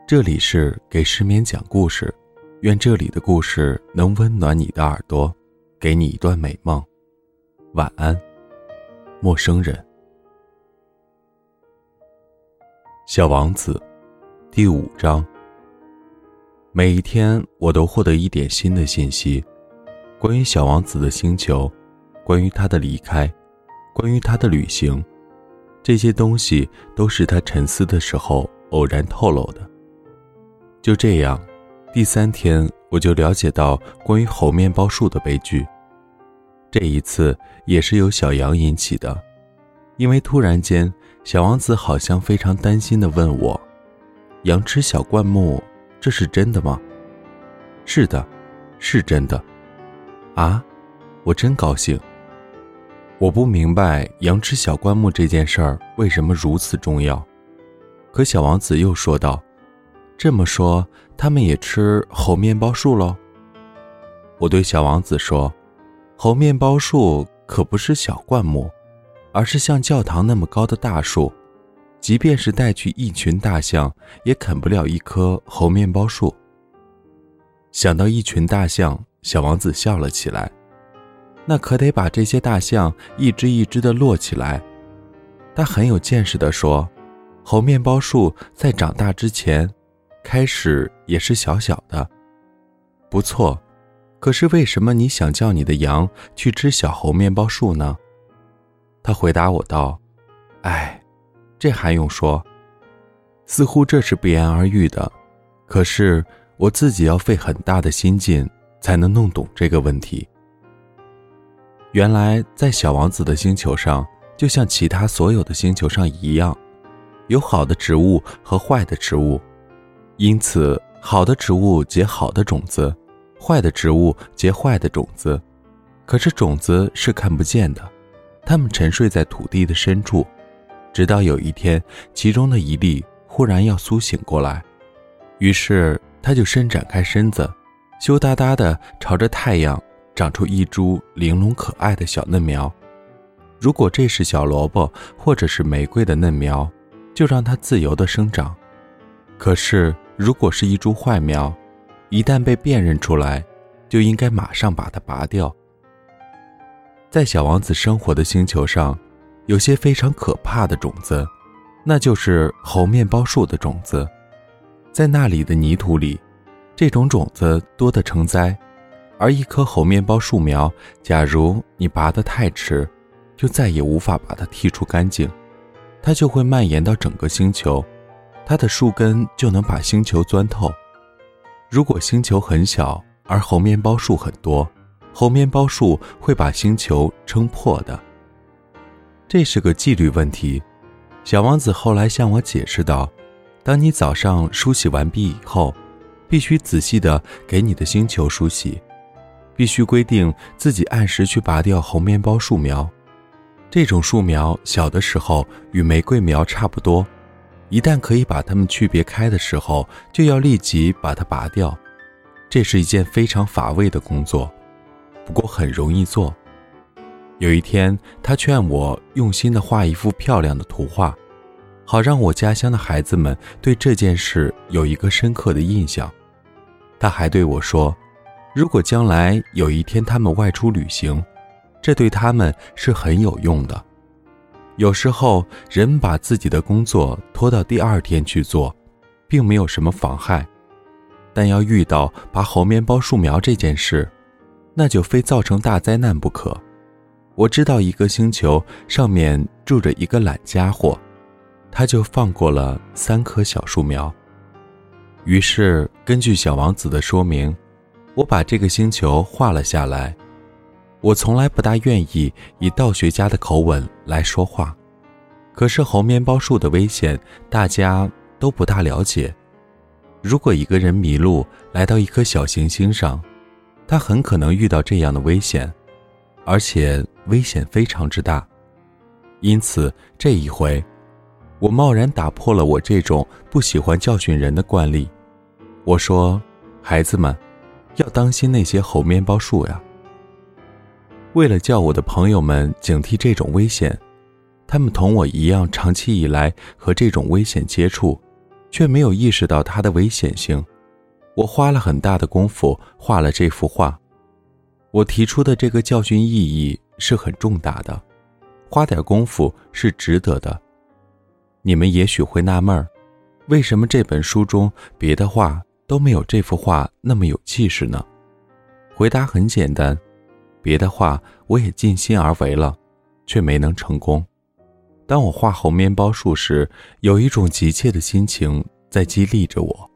这里是给失眠讲故事，愿这里的故事能温暖你的耳朵，给你一段美梦。晚安，陌生人。小王子第5章。每一天我都获得一点新的信息，关于小王子的星球，关于他的离开，关于他的旅行，这些东西都是他沉思的时候偶然透露的。就这样，第3天我就了解到关于猴面包树的悲剧。这一次也是由小羊引起的，因为突然间小王子好像非常担心地问我，羊吃小灌木，这是真的吗？是的，是真的。啊，我真高兴。我不明白羊吃小灌木这件事儿为什么如此重要。可小王子又说道，这么说他们也吃猴面包树咯？我对小王子说，猴面包树可不是小灌木，而是像教堂那么高的大树，即便是带去一群大象也啃不了一棵猴面包树。想到一群大象，小王子笑了起来，那可得把这些大象一只一只地摞起来。他很有见识地说，猴面包树在长大之前开始也是小小的。不错，可是为什么你想叫你的羊去吃小猴面包树呢？他回答我道，这还用说，似乎这是不言而喻的，可是我自己要费很大的心劲才能弄懂这个问题。原来在小王子的星球上，就像其他所有的星球上一样，有好的植物和坏的植物，因此好的植物结好的种子，坏的植物结坏的种子。可是种子是看不见的，它们沉睡在土地的深处，直到有一天其中的一粒忽然要苏醒过来，于是它就伸展开身子，羞答答地朝着太阳长出一株玲珑可爱的小嫩苗。如果这是小萝卜或者是玫瑰的嫩苗，就让它自由地生长。可是如果是一株坏苗，一旦被辨认出来，就应该马上把它拔掉。在小王子生活的星球上，有些非常可怕的种子，那就是猴面包树的种子。在那里的泥土里，这种种子多得成灾，而一棵猴面包树苗，假如你拔得太迟，就再也无法把它剔除干净，它就会蔓延到整个星球，它的树根就能把星球钻透。如果星球很小，而猴面包树很多，猴面包树会把星球撑破的。这是个纪律问题。小王子后来向我解释道，当你早上梳洗完毕以后，必须仔细地给你的星球梳洗，必须规定自己按时去拔掉猴面包树苗。这种树苗小的时候与玫瑰苗差不多，一旦可以把它们区别开的时候，就要立即把它拔掉。这是一件非常乏味的工作，不过很容易做。有一天，他劝我用心地画一幅漂亮的图画，好让我家乡的孩子们对这件事有一个深刻的印象。他还对我说，如果将来有一天他们外出旅行，这对他们是很有用的。有时候人们把自己的工作拖到第2天去做，并没有什么妨害，但要遇到拔猴面包树苗这件事，那就非造成大灾难不可。我知道一个星球上面住着一个懒家伙，他就放过了3棵小树苗。于是根据小王子的说明，我把这个星球画了下来。我从来不大愿意以道学家的口吻来说话，可是猴面包树的危险大家都不大了解。如果一个人迷路来到一颗小行星上，他很可能遇到这样的危险，而且危险非常之大。因此这一回，我贸然打破了我这种不喜欢教训人的惯例。我说，孩子们，要当心那些猴面包树呀。为了叫我的朋友们警惕这种危险，他们同我一样长期以来和这种危险接触， 却没有意识到它的危险性。我花了很大的功夫画了这幅画，我提出的这个教训意义是很重大的，花点功夫是值得的。你们也许会纳闷儿，为什么这本书中别的画都没有这幅画那么有气势呢？回答很简单，别的画我也尽心而为了，却没能成功。当我画猴面包树时，有一种急切的心情在激励着我。